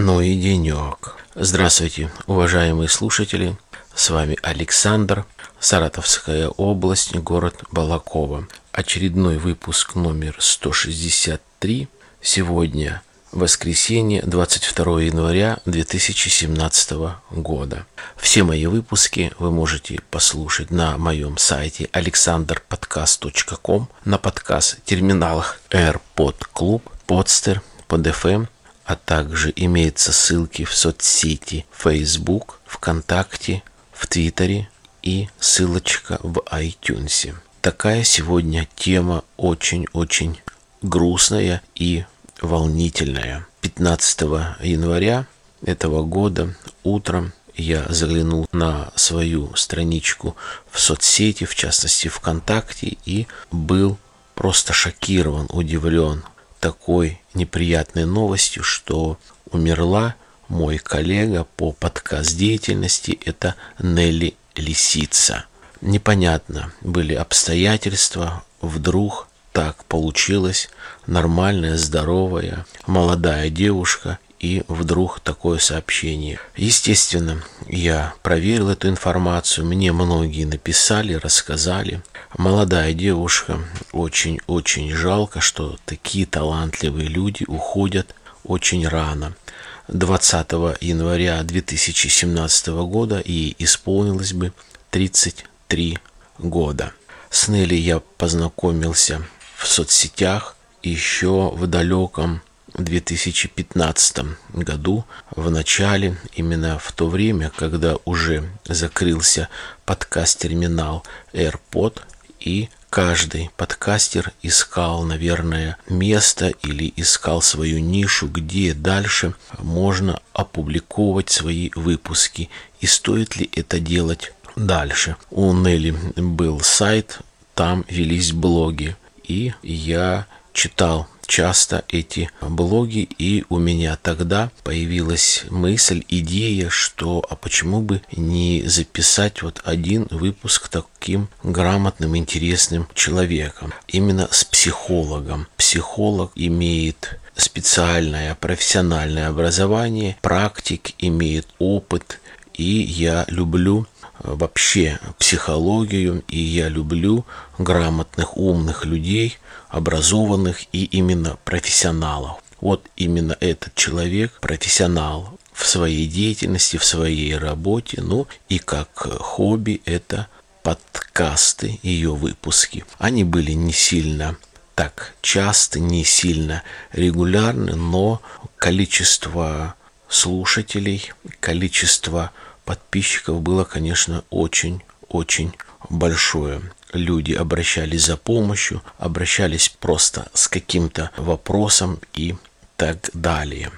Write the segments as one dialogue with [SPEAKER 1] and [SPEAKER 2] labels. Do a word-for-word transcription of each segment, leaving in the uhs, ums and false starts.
[SPEAKER 1] Ну и денек. Здравствуйте, уважаемые слушатели. С вами Александр, Саратовская область, город Балаково. Очередной выпуск номер сто шестьдесят три. Сегодня воскресенье, двадцать второе января две тысячи семнадцатого года. Все мои выпуски вы можете послушать на моем сайте александр подкаст точка ком, на подкаст-терминалах AirPod Club, Podster, Pod эф эм, а также имеются ссылки в соцсети Facebook, ВКонтакте, в Твиттере и ссылочка в iTunes. Такая сегодня тема очень-очень грустная и волнительная. пятнадцатого января этого года утром я заглянул на свою страничку в соцсети, в частности ВКонтакте, и был просто шокирован, удивлен такой неприятной новостью, что умерла мой коллега по подкаст-деятельности, это Нелли Лисица. Непонятно были обстоятельства, вдруг так получилось, нормальная, здоровая, молодая девушка, и вдруг такое сообщение. Естественно, я проверил эту информацию, мне многие написали, рассказали. Молодая девушка, очень-очень жалко, что такие талантливые люди уходят очень рано. двадцатого января две тысячи семнадцатого года ей исполнилось бы тридцать три года. С Нелли я познакомился в соцсетях еще в далеком две тысячи пятнадцатом году, в начале, именно в то время, когда уже закрылся подкаст-терминал AirPod, и каждый подкастер искал, наверное, место или искал свою нишу, где дальше можно опубликовать свои выпуски, и стоит ли это делать дальше. У Нелли был сайт, там велись блоги, и я читал часто эти блоги, и у меня тогда появилась мысль, идея, что а почему бы не записать вот один выпуск таким грамотным, интересным человеком, именно с психологом. Психолог имеет специальное профессиональное образование, практик, имеет опыт, и я люблю вообще психологию, и я люблю грамотных, умных людей, образованных и именно профессионалов. Вот именно этот человек, профессионал в своей деятельности, в своей работе, ну и как хобби, это подкасты, ее выпуски. Они были не сильно так часто, не сильно регулярны, но количество слушателей, количество подписчиков было, конечно, очень-очень большое. Люди обращались за помощью, обращались просто с каким-то вопросом и так далее.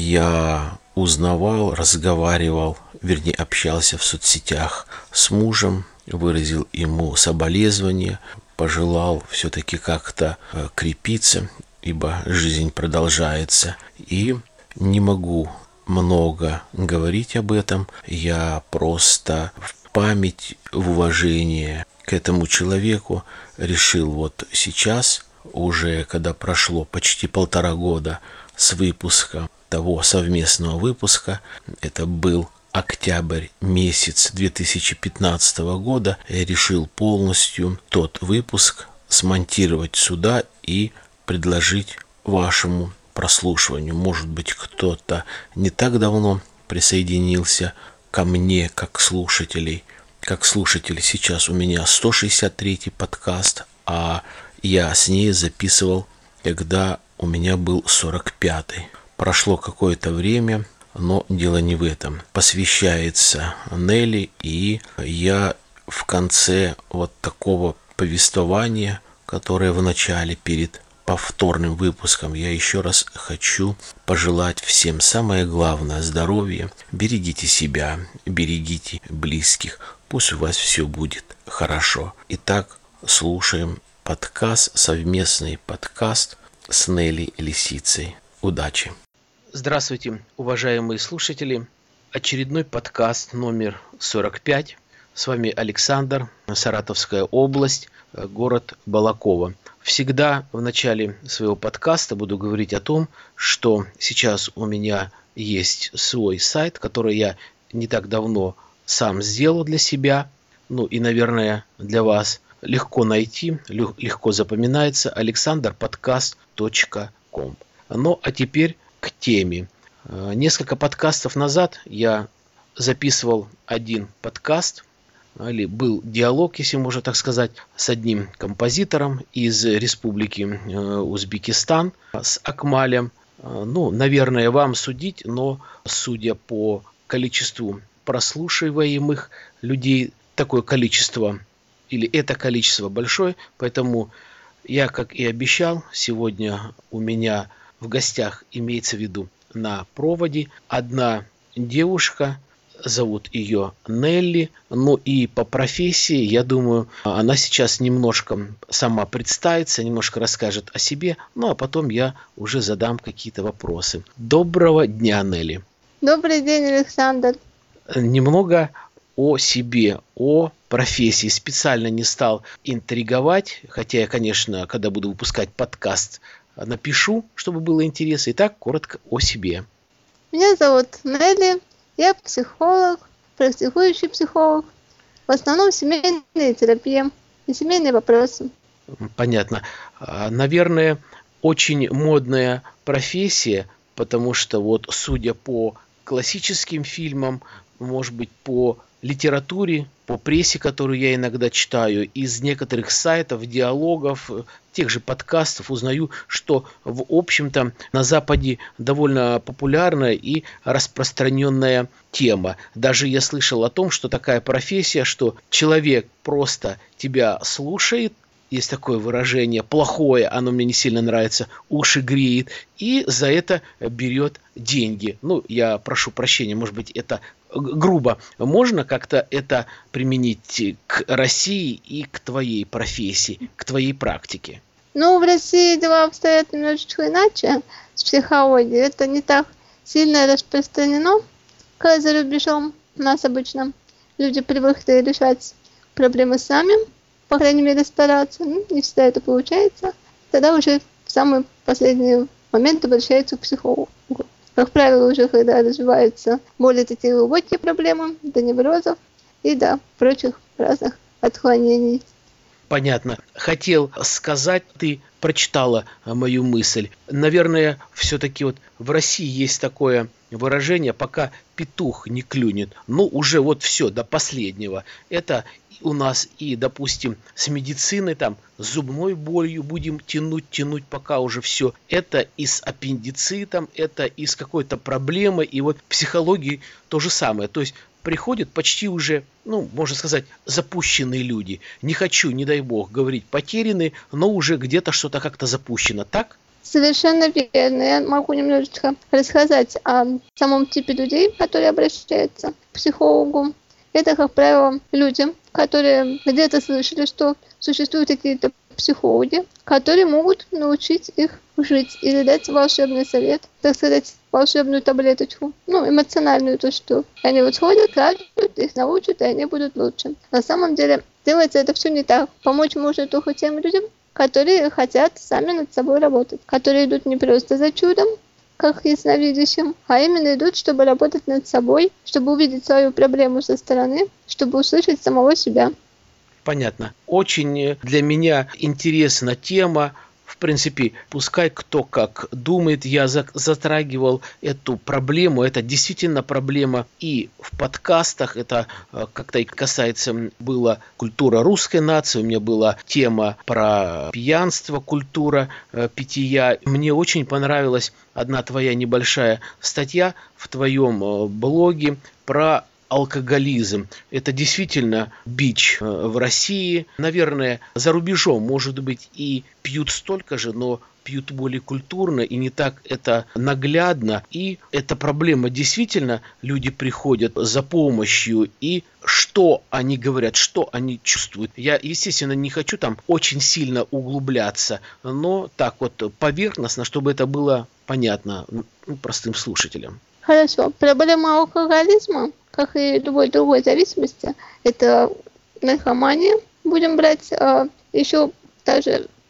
[SPEAKER 1] Я узнавал, разговаривал, вернее, общался в соцсетях с мужем, выразил ему соболезнования, пожелал все-таки как-то крепиться, ибо жизнь продолжается. И не могу много говорить об этом, я просто в память, в уважение к этому человеку решил вот сейчас, уже когда прошло почти полтора года с выпуска того совместного выпуска, это был октябрь месяц две тысячи пятнадцатого года, я решил полностью тот выпуск смонтировать сюда и предложить вашему прослушиванию. Может быть, кто-то не так давно присоединился ко мне как слушателей. Как слушатель сейчас у меня сто шестьдесят третий подкаст, а я с ней записывал, когда у меня был сорок пятый. Прошло какое-то время, но дело не в этом. Посвящается Нелли, и я в конце вот такого повествования, которое в начале перед повторным выпуском, я еще раз хочу пожелать всем самое главное — здоровья. Берегите себя, берегите близких. Пусть у вас все будет хорошо. Итак, слушаем подкаст, совместный подкаст с Нелли Лисицей. Удачи! Здравствуйте, уважаемые слушатели. Очередной подкаст номер сорок пять. С вами Александр, Саратовская область, город Балаково. Всегда в начале своего подкаста буду говорить о том, что сейчас у меня есть свой сайт, который я не так давно сам сделал для себя, ну и, наверное, для вас. Легко найти, легко запоминается александр подкаст точка ком. Ну, а теперь к теме. Несколько подкастов назад я записывал один подкаст, или был диалог, если можно так сказать, с одним композитором из республики Узбекистан, с Акмалем. Ну, наверное, вам судить, но судя по количеству прослушиваемых людей, такое количество или это количество большое, поэтому я, как и обещал, сегодня у меня в гостях, имеется в виду на проводе, одна девушка, зовут ее Нелли, ну и по профессии, я думаю, она сейчас немножко сама представится, немножко расскажет о себе, ну а потом я уже задам какие-то вопросы. Доброго дня, Нелли.
[SPEAKER 2] Добрый день, Александр.
[SPEAKER 1] Немного о себе, о профессии. Специально не стал интриговать, хотя я, конечно, когда буду выпускать подкаст, напишу, чтобы было интересно. Итак, коротко о себе.
[SPEAKER 2] Меня зовут Нелли, я психолог, практикующий психолог, в основном семейная терапия и семейные вопросы.
[SPEAKER 1] Понятно. Наверное, очень модная профессия, потому что вот, судя по классическим фильмам, может быть, по литературе, по прессе, которую я иногда читаю, из некоторых сайтов, диалогов, тех же подкастов узнаю, что, в общем-то, на Западе довольно популярная и распространенная тема. Даже я слышал о том, что такая профессия, что человек просто тебя слушает, есть такое выражение, плохое, оно мне не сильно нравится, уши греет, и за это берет деньги. Ну, я прошу прощения, может быть, это грубо. Можно как-то это применить к России и к твоей профессии, к твоей практике?
[SPEAKER 2] Ну, в России дела обстоят немножечко иначе с психологией. Это не так сильно распространено, как за рубежом. У нас обычно люди привыкли решать проблемы сами, по крайней мере, стараться. Ну, не всегда это получается. Тогда уже в самый последний момент обращаются к психологу. Как правило, уже когда развиваются более такие глубокие проблемы, до неврозов и до прочих разных отклонений.
[SPEAKER 1] Понятно. Хотел сказать, ты прочитала мою мысль. Наверное, все-таки вот в России есть такое выражение, пока петух не клюнет. Ну, уже вот все, до последнего. Это у нас и, допустим, с медициной, там, с зубной болью будем тянуть, тянуть, пока уже все. Это и с аппендицитом, это и с какой-то проблемой. И вот в психологии то же самое. То есть приходят почти уже, ну, можно сказать, запущенные люди. Не хочу, не дай бог, говорить потерянные, но уже где-то что-то как-то запущено. Так?
[SPEAKER 2] Совершенно верно. Я могу немножечко рассказать о самом типе людей, которые обращаются к психологу. Это, как правило, люди, которые где-то слышали, что существуют какие-то психологи, которые могут научить их жить или дать волшебный совет, так сказать, волшебную таблеточку, ну, эмоциональную, то, что они вот сходят, скажут, их научат, и они будут лучше. На самом деле, делается это все не так. Помочь можно только тем людям, которые хотят сами над собой работать, которые идут не просто за чудом, как ясновидящим, а именно идут, чтобы работать над собой, чтобы увидеть свою проблему со стороны, чтобы услышать самого себя.
[SPEAKER 1] Понятно. Очень для меня интересна тема. В принципе, пускай кто как думает, я затрагивал эту проблему. Это действительно проблема и в подкастах. Это как-то и касается была культура русской нации. У меня была тема про пьянство, культура питья. Мне очень понравилась одна твоя небольшая статья в твоем блоге про алкоголизм. Это действительно бич в России. Наверное, за рубежом, может быть, и пьют столько же, но пьют более культурно и не так это наглядно. И эта проблема действительно, люди приходят за помощью. И что они говорят, что они чувствуют. Я, естественно, не хочу там очень сильно углубляться, но так вот поверхностно, чтобы это было понятно простым слушателям.
[SPEAKER 2] Хорошо. Проблема алкоголизма, как и любой другой зависимости, это наркомания. Будем брать а, еще даже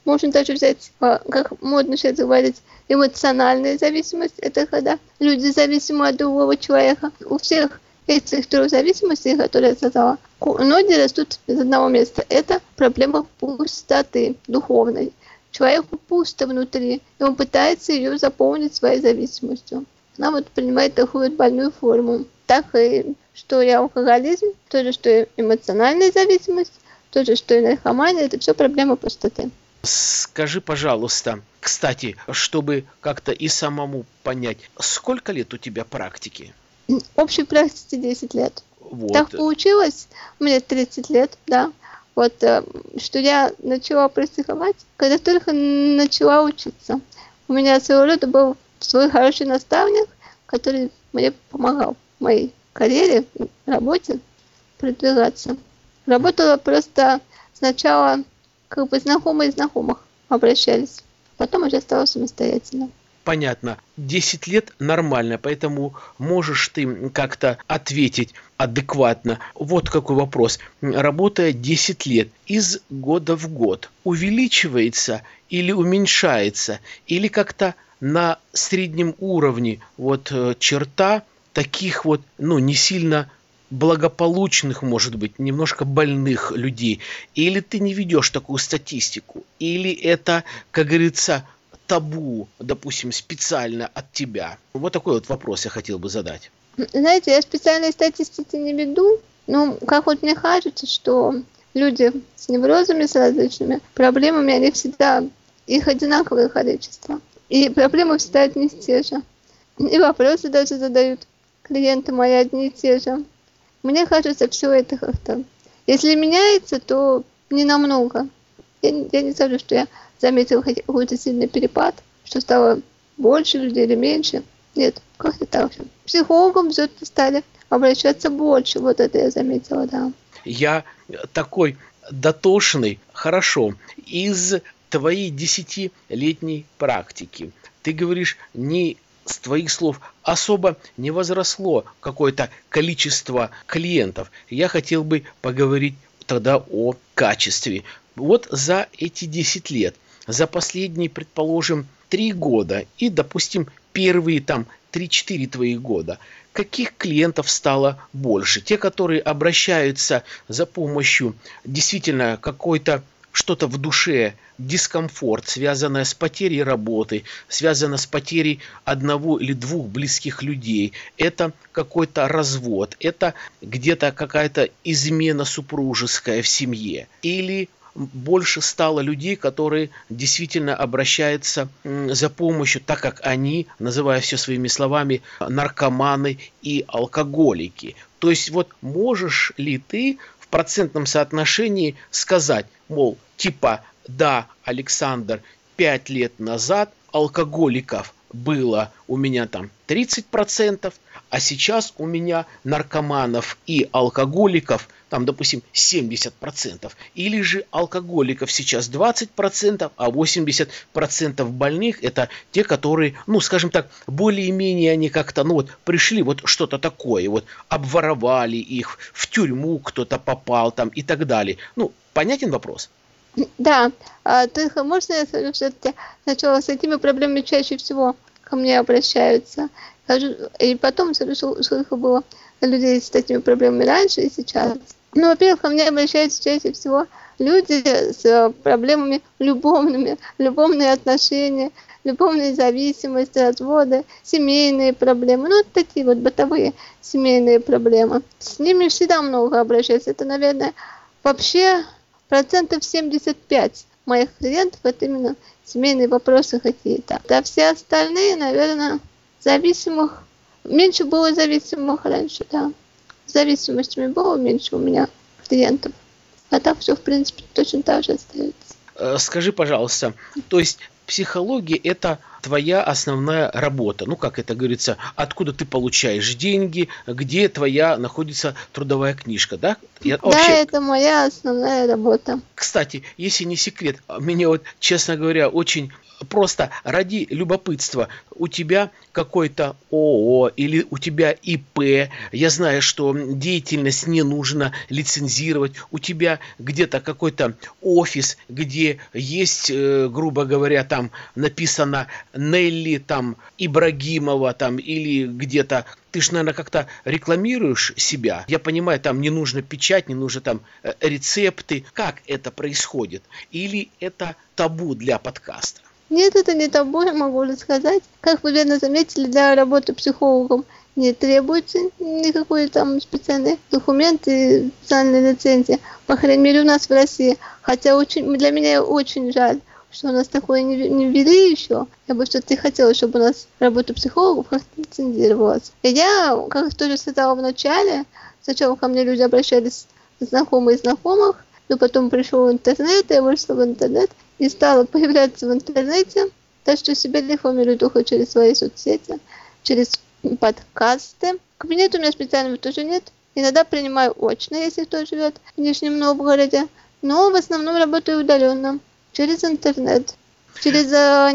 [SPEAKER 2] Можно даже взять, а, как модно сейчас говорить, эмоциональная зависимость. Это когда люди зависимы от другого человека. У всех этих трех зависимостей, которые я сказала, ноги растут из одного места. Это проблема пустоты духовной. Человеку пусто внутри, и он пытается ее заполнить своей зависимостью. Она вот принимает такую вот больную форму. Так и что и алкоголизм, то же, что и эмоциональная зависимость, то же, что и наркомания, это все проблема пустоты.
[SPEAKER 1] Скажи, пожалуйста, кстати, чтобы как-то и самому понять, сколько лет у тебя практики?
[SPEAKER 2] Общей практике десять лет.
[SPEAKER 1] Вот.
[SPEAKER 2] Так получилось, мне тридцать лет, да. Вот, что я начала практиковать, когда только начала учиться. У меня своего рода был свой хороший наставник, который мне помогал в моей карьере, работе продвигаться. Работала просто сначала, как бы знакомые знакомых обращались, потом уже стала самостоятельно.
[SPEAKER 1] Понятно. десять лет нормально, поэтому можешь ты как-то ответить адекватно. Вот какой вопрос. Работая десять лет, из года в год, увеличивается или уменьшается, или как-то на среднем уровне вот черта таких вот, ну, не сильно благополучных, может быть, немножко больных людей, или ты не ведешь такую статистику, или это, как говорится, табу, допустим, специально от тебя? Вот такой вот вопрос я хотел бы задать.
[SPEAKER 2] Знаете, я специальной статистики не веду, но как вот мне кажется, что люди с неврозами, с различными проблемами, они всегда, их одинаковое количество. И проблемы всегда одни и те же. И вопросы даже задают клиенты мои одни и те же. Мне кажется, все это как-то... Если меняется, то не намного. Я, я не скажу, что я заметила какой-то сильный перепад, что стало больше людей или меньше. Нет, как-то так же. К психологам все-таки стали обращаться больше. Вот это я заметила, да.
[SPEAKER 1] Я такой дотошный, хорошо, из твоей десятилетней практики. Ты говоришь, не с твоих слов особо не возросло какое-то количество клиентов. Я хотел бы поговорить тогда о качестве. Вот за эти десять лет, за последние, предположим, три года и, допустим, первые там три-четыре твоих года, каких клиентов стало больше? Те, которые обращаются за помощью действительно какой-то что-то в душе, дискомфорт, связанное с потерей работы, связано с потерей одного или двух близких людей. Это какой-то развод, это где-то какая-то измена супружеская в семье. Или больше стало людей, которые действительно обращаются за помощью, так как они, называя все своими словами, наркоманы и алкоголики. То есть вот можешь ли ты в процентном соотношении сказать, мол, типа, да, Александр, пять лет назад алкоголиков было у меня там тридцать процентов, а сейчас у меня наркоманов и алкоголиков там, допустим, семьдесят процентов. Или же алкоголиков сейчас двадцать процентов, а восемьдесят процентов больных это те, которые, ну, скажем так, более-менее они как-то, ну вот, пришли вот что-то такое, вот, обворовали их, в тюрьму кто-то попал там и так далее. Ну, понятен вопрос?
[SPEAKER 2] Да, а, только можно я скажу, все-таки сначала с этими проблемами чаще всего ко мне обращаются. И потом скажу, сколько было людей с такими проблемами раньше и сейчас. Ну, во-первых, ко мне обращаются чаще всего люди с проблемами любовными, любовные отношения, любовные зависимости, разводы, семейные проблемы. Ну, вот такие вот бытовые семейные проблемы. С ними всегда много обращаются. Это, наверное, вообще процентов семьдесят пять моих клиентов это именно семейные вопросы какие-то. А все остальные, наверное, зависимых. Меньше было зависимых раньше, да. С зависимостями было меньше у меня клиентов. А так все, в принципе, точно так же остается.
[SPEAKER 1] Скажи, пожалуйста, то есть психология – это твоя основная работа? Ну, как это говорится, откуда ты получаешь деньги, где твоя находится трудовая книжка, да? Я,
[SPEAKER 2] да,
[SPEAKER 1] вообще,
[SPEAKER 2] это моя основная работа.
[SPEAKER 1] Кстати, если не секрет, меня вот, честно говоря, очень просто ради любопытства, у тебя какой-то ООО или у тебя ИП, я знаю, что деятельность не нужно лицензировать, у тебя где-то какой-то офис, где есть, грубо говоря, там написано Нелли там Ибрагимова там или где-то. Ты же, наверное, как-то рекламируешь себя. Я понимаю, там не нужно печать, не нужно там рецепты. Как это происходит? Или это табу для подкаста?
[SPEAKER 2] Нет, это не табу, я могу рассказать. Как вы верно заметили, для работы психологом не требуется никакой там специальный документ и специальной лицензии. По крайней мере, у нас в России. Хотя очень, для меня очень жаль, что у нас такое не, не ввели еще. Я бы все-таки хотела, чтобы у нас работа психологов как-то лицензировалась. И я, как тоже сказала в начале, сначала ко мне люди обращались, знакомые знакомых, но потом пришел интернет, я вышла в интернет и стала появляться в интернете, так что себя рекламирую только через свои соцсети, через подкасты. Кабинета у меня специального тоже нет. Иногда принимаю очно, если кто живет в Нижнем Новгороде, но в основном работаю удаленно. Через интернет. Через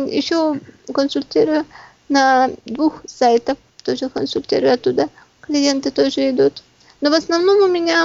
[SPEAKER 2] еще консультирую на двух сайтах. Тоже консультирую оттуда. Клиенты тоже идут. Но в основном у меня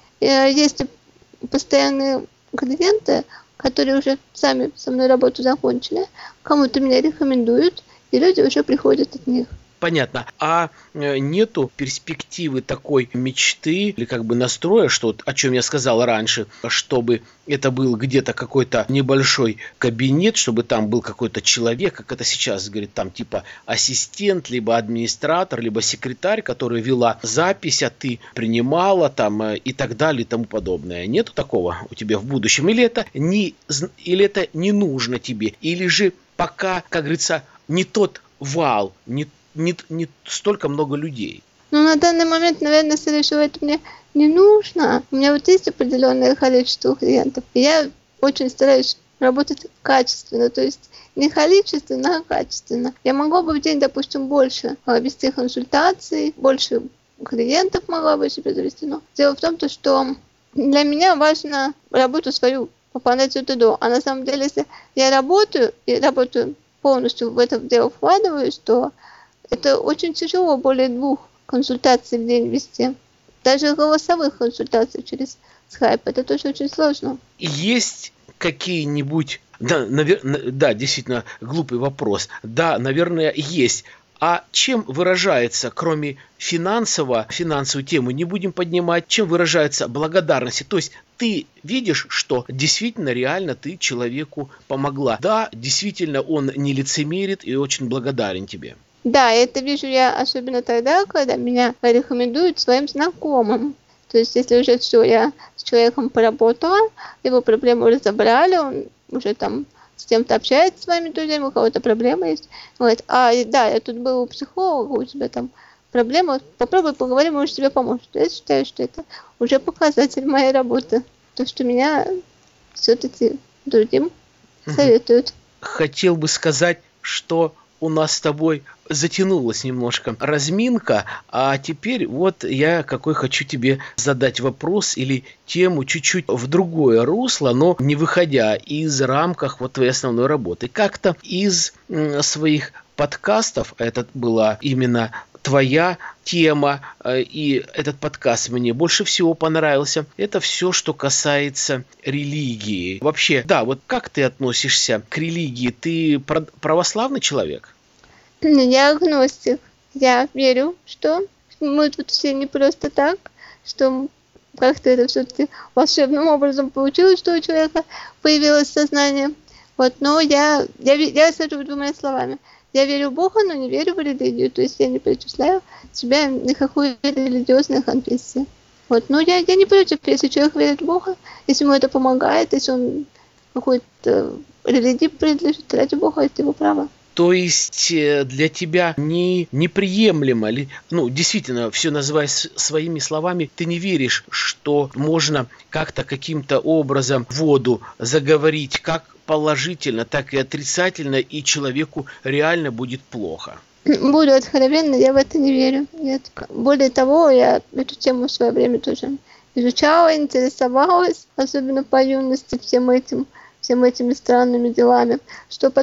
[SPEAKER 2] э, есть постоянные клиенты, которые уже сами со мной работу закончили. Кому-то меня рекомендуют, и люди уже приходят от них.
[SPEAKER 1] Понятно. А нету перспективы такой мечты или как бы настроя, что, о чем я сказал раньше, чтобы это был где-то какой-то небольшой кабинет, чтобы там был какой-то человек, как это сейчас говорит, там типа ассистент, либо администратор, либо секретарь, который вела запись, а ты принимала там и так далее и тому подобное. Нету такого у тебя в будущем? Или это не, или это не нужно тебе? Или же пока, как говорится, не тот вал, не Не, не столько много людей.
[SPEAKER 2] Ну, на данный момент, наверное, скорее всего, это мне не нужно. У меня вот есть определенное количество клиентов. И я очень стараюсь работать качественно. То есть не количественно, а качественно. Я могла бы в день, допустим, больше вести консультаций, больше клиентов могла бы себе завести. Но дело в том, что для меня важно работу свою выполнять от и до. А на самом деле, если я работаю, и работаю полностью в это дело вкладываюсь, то это очень тяжело более двух консультаций в день вести. Даже голосовых консультаций через скайп. Это тоже очень сложно.
[SPEAKER 1] Есть какие-нибудь... Да, навер... да, действительно, глупый вопрос. Да, наверное, есть. А чем выражается, кроме финансового, финансовую тему не будем поднимать, чем выражается благодарность? То есть ты видишь, что действительно, реально ты человеку помогла. Да, действительно, он не лицемерит и очень благодарен тебе.
[SPEAKER 2] Да, это вижу я особенно тогда, когда меня рекомендуют своим знакомым. То есть, если уже все, я с человеком поработала, его проблему разобрали, он уже там с кем-то общается с вами друзьями, у кого-то проблема есть. Вот. А да, я тут был у психолога, у тебя там проблема, попробуй поговорим, может тебе поможет. Я считаю, что это уже показатель моей работы. То, что меня все-таки другим советуют.
[SPEAKER 1] Хотел бы сказать, что у нас с тобой затянулась немножко разминка, а теперь вот я какой хочу тебе задать вопрос или тему чуть-чуть в другое русло, но не выходя из рамках вот твоей основной работы. Как-то из своих подкастов, это была именно твоя тема, и этот подкаст мне больше всего понравился. Это все, что касается религии. Вообще, да, вот как ты относишься к религии? Ты православный человек?
[SPEAKER 2] Я агностик. Я верю, что мы тут все не просто так, что как-то это все-таки волшебным образом получилось, что у человека появилось сознание. Вот, но я, я, я скажу двумя словами. Я верю в Бога, но не верю в религию. То есть я не причисляю себя никакой религиозной конфессии. Вот. Но я, я не против, если человек верит в Бога, если ему это помогает, если он какой-то религии принадлежит, ради Бога, это его право.
[SPEAKER 1] То есть для тебя не, неприемлемо ли, ну, действительно, все называя своими словами, ты не веришь, что можно как-то каким-то образом воду заговорить как положительно, так и отрицательно, и человеку реально будет плохо?
[SPEAKER 2] Буду откровенна, я в это не верю. Нет. Более того, я эту тему в свое время тоже изучала, интересовалась, особенно по юности, всем этим, всем этими странными делами, что потом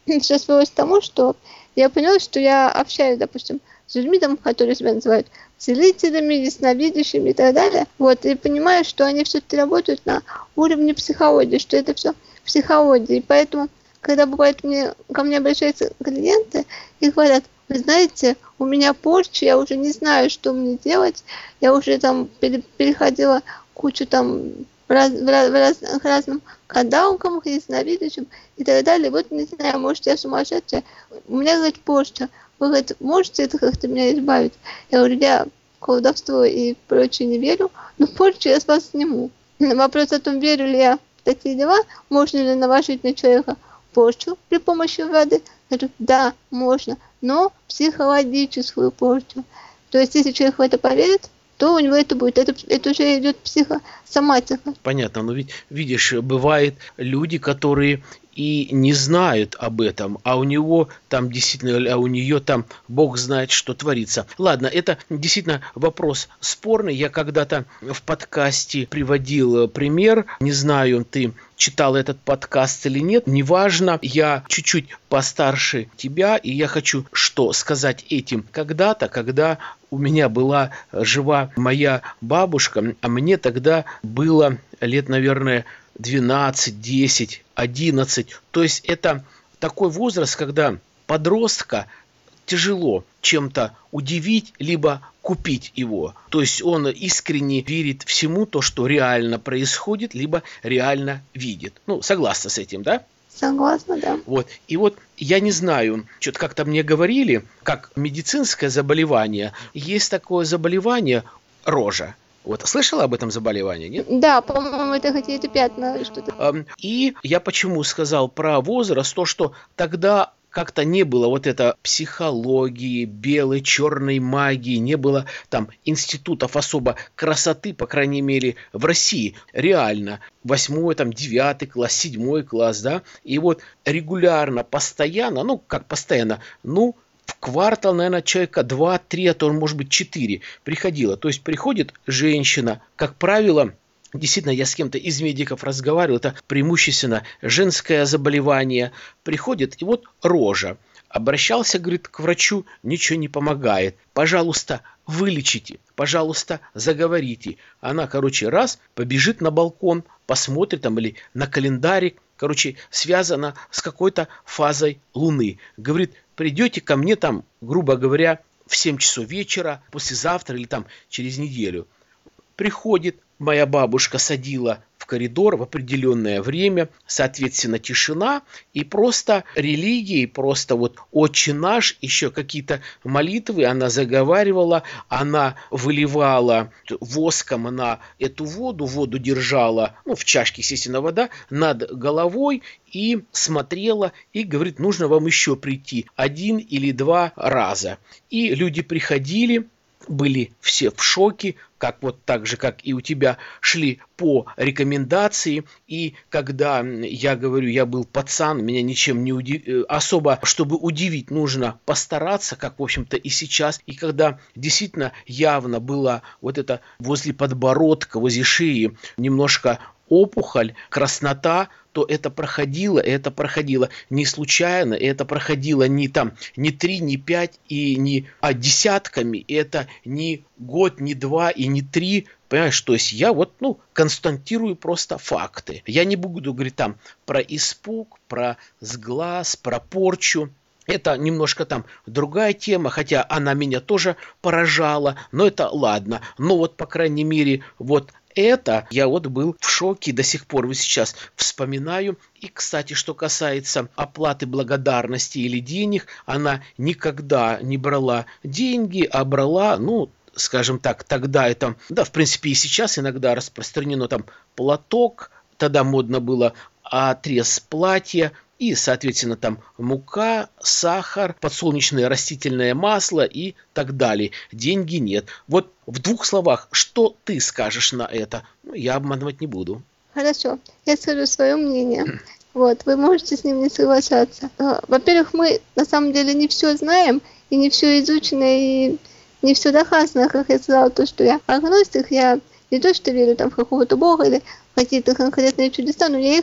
[SPEAKER 2] все свелось к тому, что я поняла, что я общаюсь, допустим, с людьми, там, которые себя называют целителями, ясновидящими и так далее. Вот, и понимаю, что они все-таки работают на уровне психологии, что это все психология. И поэтому, когда бывает мне, ко мне обращаются клиенты и говорят: вы знаете, у меня порча, я уже не знаю, что мне делать, я уже там пере- переходила кучу там в, раз, в, раз, в раз, к разным гадалкам, ясновидящим и так далее. Вот не знаю, может, я сумасшедшая, у меня, говорит, порча. Вы, говорит, можете это как-то меня избавить? Я говорю: я в колдовство и прочее не верю, но порчу я с вас сниму. Вопрос о том, верю ли я в такие дела, можно ли наложить на человека порчу при помощи воды. Я говорю: да, можно, но психологическую порчу. То есть, если человек в это поверит, то у него это будет. Это, это уже идет психосоматика.
[SPEAKER 1] Понятно, но ведь, видишь, бывают люди, которые и не знают об этом, а у него там действительно, а у нее там Бог знает, что творится. Ладно, это действительно вопрос спорный. Я когда-то в подкасте приводил пример, не знаю, ты читал этот подкаст или нет, неважно, я чуть-чуть постарше тебя, и я хочу что сказать этим. Когда-то, когда у меня была жива моя бабушка, а мне тогда было лет, наверное, двенадцать, десять, одиннадцать. То есть это такой возраст, когда подростка тяжело чем-то удивить, либо купить его. То есть он искренне верит всему то, что реально происходит, либо реально видит. Ну, согласна с этим, да?
[SPEAKER 2] Согласна, да.
[SPEAKER 1] Вот. И вот я не знаю, что-то как-то мне говорили, как медицинское заболевание, есть такое заболевание рожа. Вот, слышала об этом заболевании, нет?
[SPEAKER 2] Да, по-моему, это какие-то пятна, что-то.
[SPEAKER 1] И я почему сказал про возраст, то, что тогда как-то не было вот это психологии, белой, черной магии, не было там институтов особо красоты, по крайней мере, в России. Реально, восьмой, там, девятый класс, седьмой класс, да, и вот регулярно, постоянно, ну, как постоянно, ну, в квартал, наверное, человека два-три, а то, может быть, четыре приходило. То есть приходит женщина, как правило, действительно, я с кем-то из медиков разговаривал, это преимущественно женское заболевание, приходит, и вот рожа. Обращался, говорит, к врачу, ничего не помогает. Пожалуйста, вылечите, пожалуйста, заговорите. Она, короче, раз, побежит на балкон, посмотрит там или на календарик, короче, связано с какой-то фазой Луны. Говорит, придете ко мне там, грубо говоря, в семь часов вечера, послезавтра или там через неделю. Приходит, моя бабушка садила в коридор в определенное время, соответственно, тишина, и просто религией, просто вот «Отче наш», еще какие-то молитвы она заговаривала, она выливала воском на эту воду, воду держала, ну, в чашке, естественно, вода, над головой, и смотрела, и говорит, нужно вам еще прийти один или два раза. И люди приходили, были все в шоке, как вот так же, как и у тебя, шли по рекомендации. И когда я говорю, я был пацан, меня ничем не удив... особо, чтобы удивить, нужно постараться, как, в общем-то, и сейчас. И когда действительно явно было вот это возле подбородка, возле шеи немножко опухоль, краснота, то это проходило, и это проходило не случайно, и это проходило не там, не три, не пять, и не, а десятками, и это не год, не два, и не три, понимаешь, то есть я вот, ну, констатирую просто факты. Я не буду говорить там про испуг, про сглаз, про порчу. Это немножко там другая тема, хотя она меня тоже поражала, но это ладно. Но вот, по крайней мере, вот это я вот был в шоке, до сих пор вот сейчас вспоминаю. И, кстати, что касается оплаты благодарности или денег, она никогда не брала деньги, а брала, ну, скажем так, тогда это, да, в принципе, и сейчас иногда распространено там платок, тогда модно было отрез платья, и, соответственно, там мука, сахар, подсолнечное растительное масло и так далее. Деньги нет. Вот в двух словах, что ты скажешь на это? Ну, я обманывать не буду.
[SPEAKER 2] Хорошо, я скажу свое мнение. Вот, вы можете с ним не соглашаться. Во-первых, мы на самом деле не все знаем, и не все изучено, и не все доказано, как я сказала, то, что я агностик, я не то, что верю там в какого-то бога или какие-то конкретные чудеса, но я их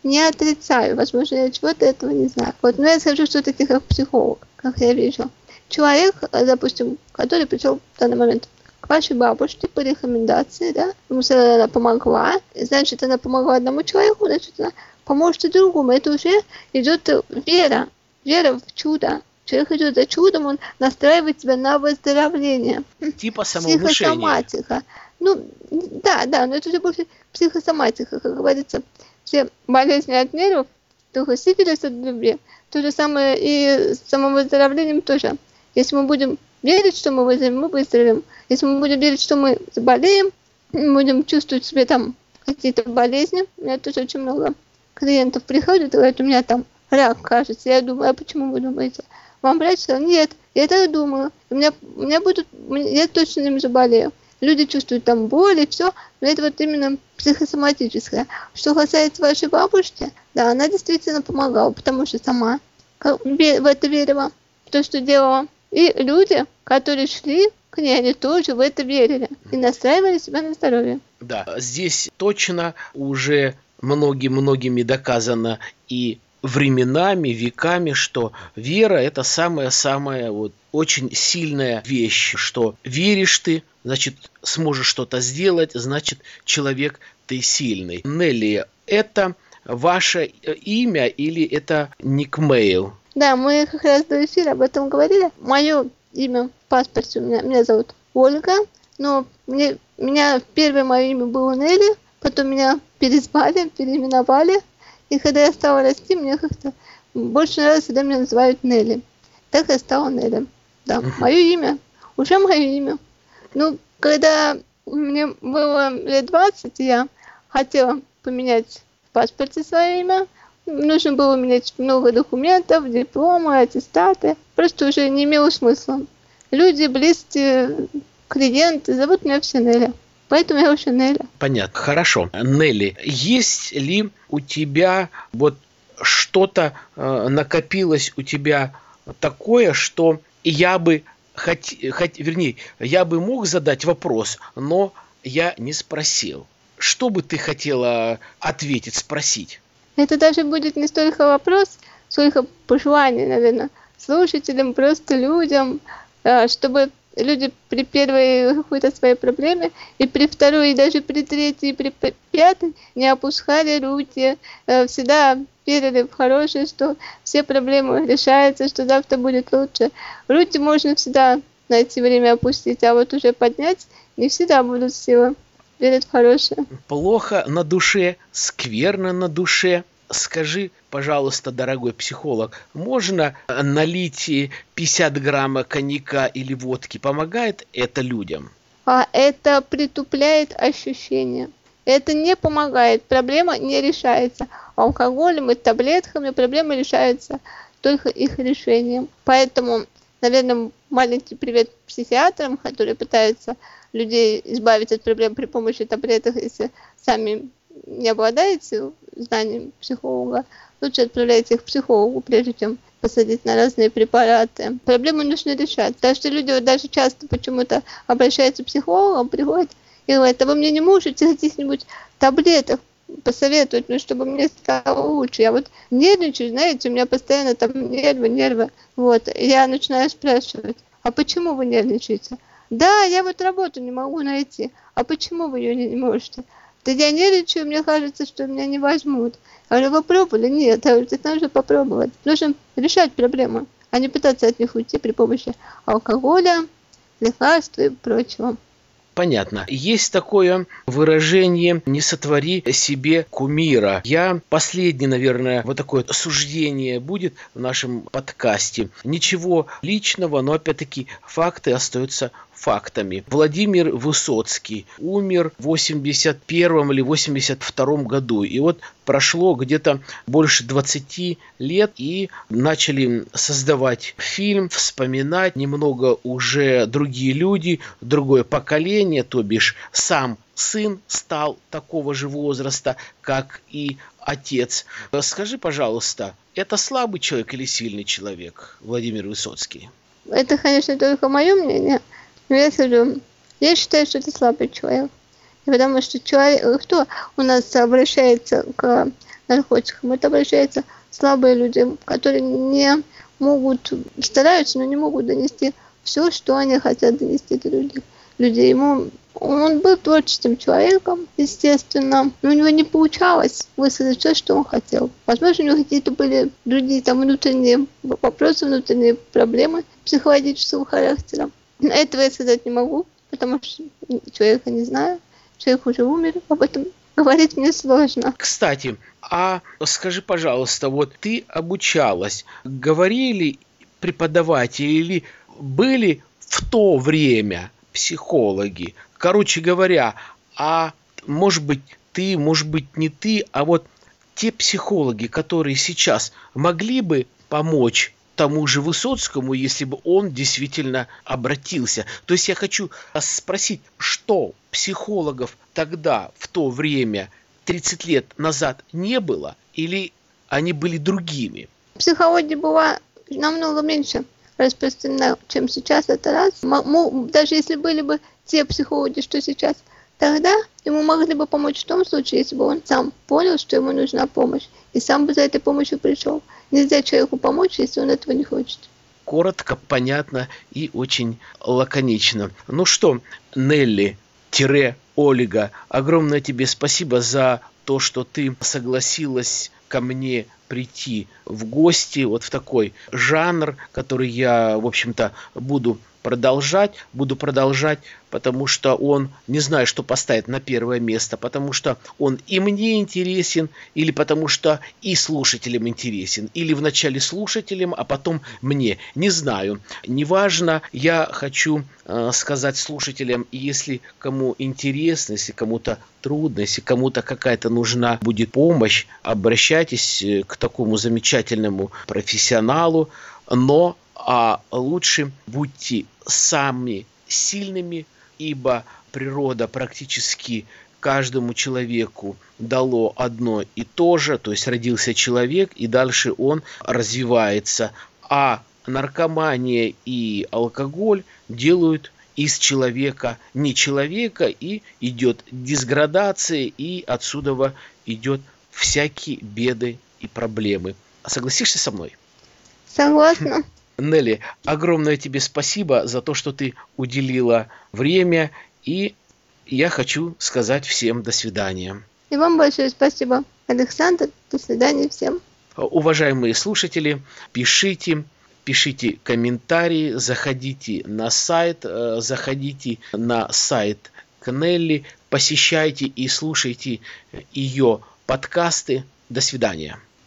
[SPEAKER 2] не отрицаю. Возможно, я чего-то этого не знаю. Вот, но я скажу все-таки как психолог, как я вижу. Человек, допустим, который пришел в данный момент к вашей бабушке по рекомендации, да, ему она помогла, значит, она помогла одному человеку, значит, она поможет и другому. Это уже идет вера, вера в чудо. Человек идет за чудом, он настраивает себя на выздоровление.
[SPEAKER 1] Типа самовнушения.
[SPEAKER 2] Психосоматика. Ну, да, да, но это уже больше психосоматика, как говорится. Все болезни от нервов, только сифилис от любви. То же самое и с самовыздоровлением тоже. Если мы будем верить, что мы выздоровеем, мы выздоровеем. Если мы будем верить, что мы заболеем, мы будем чувствовать в себе там какие-то болезни. У меня тоже очень много клиентов приходят и говорят, у меня там рак, кажется. Я думаю, а почему вы думаете? Вам врач сказал, нет, я так думаю. У меня, у меня будут, я точно им заболею. Люди чувствуют там боль и все, но это вот именно психосоматическое. Что касается вашей бабушки, да, она действительно помогала, потому что сама в это верила, в то, что делала. И люди, которые шли к ней, они тоже в это верили и настраивали себя на здоровье.
[SPEAKER 1] Да, здесь точно уже многим-многими доказано и временами, веками, что вера – это самая-самая вот очень сильная вещь, что веришь ты, значит, сможешь что-то сделать, значит, человек ты сильный. Нелли, это ваше имя или это никмейл?
[SPEAKER 2] Да, мы как раз до эфира об этом говорили. Мое имя в паспорте у меня, меня зовут Ольга, но мне, меня первое мое имя было Нелли, потом меня перезвали, переименовали. И когда я стала расти, мне как-то больше нравилось, когда меня называют Нелли. Так я стала Нелли. Да, мое имя. Уже мое имя. Ну, когда мне было лет двадцать, я хотела поменять в паспорте свое имя. Нужно было менять много документов, дипломы, аттестаты. Просто уже не имело смысла. Люди, близкие, клиенты зовут меня все Нелли. Поэтому я уже Нелли.
[SPEAKER 1] Понятно. Хорошо. Нелли, есть ли у тебя вот что-то э, накопилось у тебя такое, что я бы хот... Хот... вернее, я бы мог задать вопрос, но я не спросил. Что бы ты хотела ответить, спросить?
[SPEAKER 2] Это даже будет не столько вопрос, сколько пожелание, наверное, слушателям, просто людям, чтобы люди при первой какой-то своей проблеме и при второй, и даже при третьей, и при пятой не опускали руки, всегда верили в хорошее, что все проблемы решаются, что завтра будет лучше. Руки можно всегда найти время опустить, а вот уже поднять не всегда будут силы. Верят в хорошее.
[SPEAKER 1] Плохо на душе, скверно на душе. Скажи, пожалуйста, дорогой психолог, можно налить пятьдесят грамм коньяка или водки? Помогает это людям?
[SPEAKER 2] А это притупляет ощущения. Это не помогает. Проблема не решается. Алкоголем и таблетками проблема решается только их решением. Поэтому, наверное, маленький привет психиатрам, которые пытаются людей избавить от проблем при помощи таблеток, если сами не обладаете знанием психолога, лучше отправляйте их к психологу, прежде чем посадить на разные препараты. Проблемы нужно решать. Так что люди вот даже часто почему-то обращаются к психологам, приходят и говорят, а вы мне не можете каких-нибудь таблеток посоветовать, ну, чтобы мне стало лучше. Я вот нервничаю, знаете, у меня постоянно там нервы, нервы. Вот, я начинаю спрашивать, а почему вы нервничаете? Да, я вот работу не могу найти. А почему вы ее не можете? Да я нервничаю, мне кажется, что меня не возьмут. Я говорю, вы пробовали? Нет. Я говорю, это нужно попробовать. Нужно решать проблемы, а не пытаться от них уйти при помощи алкоголя, лекарств и прочего.
[SPEAKER 1] Понятно. Есть такое выражение «не сотвори себе кумира». Я последнее, наверное, вот такое суждение будет в нашем подкасте. Ничего личного, но опять-таки факты остаются фактами. Владимир Высоцкий умер в восемьдесят первом или восемьдесят втором году. И вот прошло где-то больше двадцати лет, и начали создавать фильм, вспоминать немного уже другие люди, другое поколение, то бишь сам сын стал такого же возраста, как и отец. Скажи, пожалуйста, это слабый человек или сильный человек, Владимир Высоцкий?
[SPEAKER 2] Это, конечно, только мое мнение. Но я скажу, я считаю, что это слабый человек. Потому что человек, кто у нас обращается к наркотикам. Это обращается слабые люди, которые не могут, стараются, но не могут донести все, что они хотят донести до других людей. Ему, он был творческим человеком, естественно, но у него не получалось высказать все, что он хотел. Возможно, у него какие-то были другие там внутренние вопросы, внутренние проблемы психологического характера. Этого я сказать не могу, потому что человека не знаю, человек уже умер, об этом говорить мне сложно.
[SPEAKER 1] Кстати, а скажи, пожалуйста, вот ты обучалась, говорили преподаватели или были в то время психологи? Короче говоря, а может быть ты, может быть не ты, а вот те психологи, которые сейчас могли бы помочь тому же Высоцкому, если бы он действительно обратился. То есть я хочу спросить, что психологов тогда, в то время, тридцать лет назад не было, или они были другими?
[SPEAKER 2] Психология была намного меньше распространена, чем сейчас, это раз. Даже если были бы те психологи, что сейчас, тогда ему могли бы помочь в том случае, если бы он сам понял, что ему нужна помощь, и сам бы за этой помощью пришел. Нельзя человеку помочь, если он этого не хочет.
[SPEAKER 1] Коротко, понятно и очень лаконично. Ну что, Нелли-Ольга, огромное тебе спасибо за то, что ты согласилась ко мне прийти в гости вот в такой жанр, который я, в общем-то, буду продолжать, буду продолжать, потому что он, не знаю, что поставить на первое место, потому что он и мне интересен, или потому что и слушателям интересен, или вначале слушателям, а потом мне, не знаю, неважно, я хочу э, сказать слушателям, если кому интересно, если кому-то трудно, если кому-то какая-то нужна будет помощь, обращайтесь к такому замечательному профессионалу, но а лучше будьте сами сильными, ибо природа практически каждому человеку дало одно и то же, то есть родился человек, и дальше он развивается, а наркомания и алкоголь делают из человека не человека, и идет деградация, и отсюда идет всякие беды и проблемы. Согласишься со мной?
[SPEAKER 2] Согласна.
[SPEAKER 1] Нелли, огромное тебе спасибо за то, что ты уделила время, и я хочу сказать всем до свидания.
[SPEAKER 2] И вам большое спасибо, Александр. До свидания всем.
[SPEAKER 1] Уважаемые слушатели, пишите, пишите комментарии, заходите на сайт, заходите на сайт к Нелли, посещайте и слушайте ее подкасты. До свидания.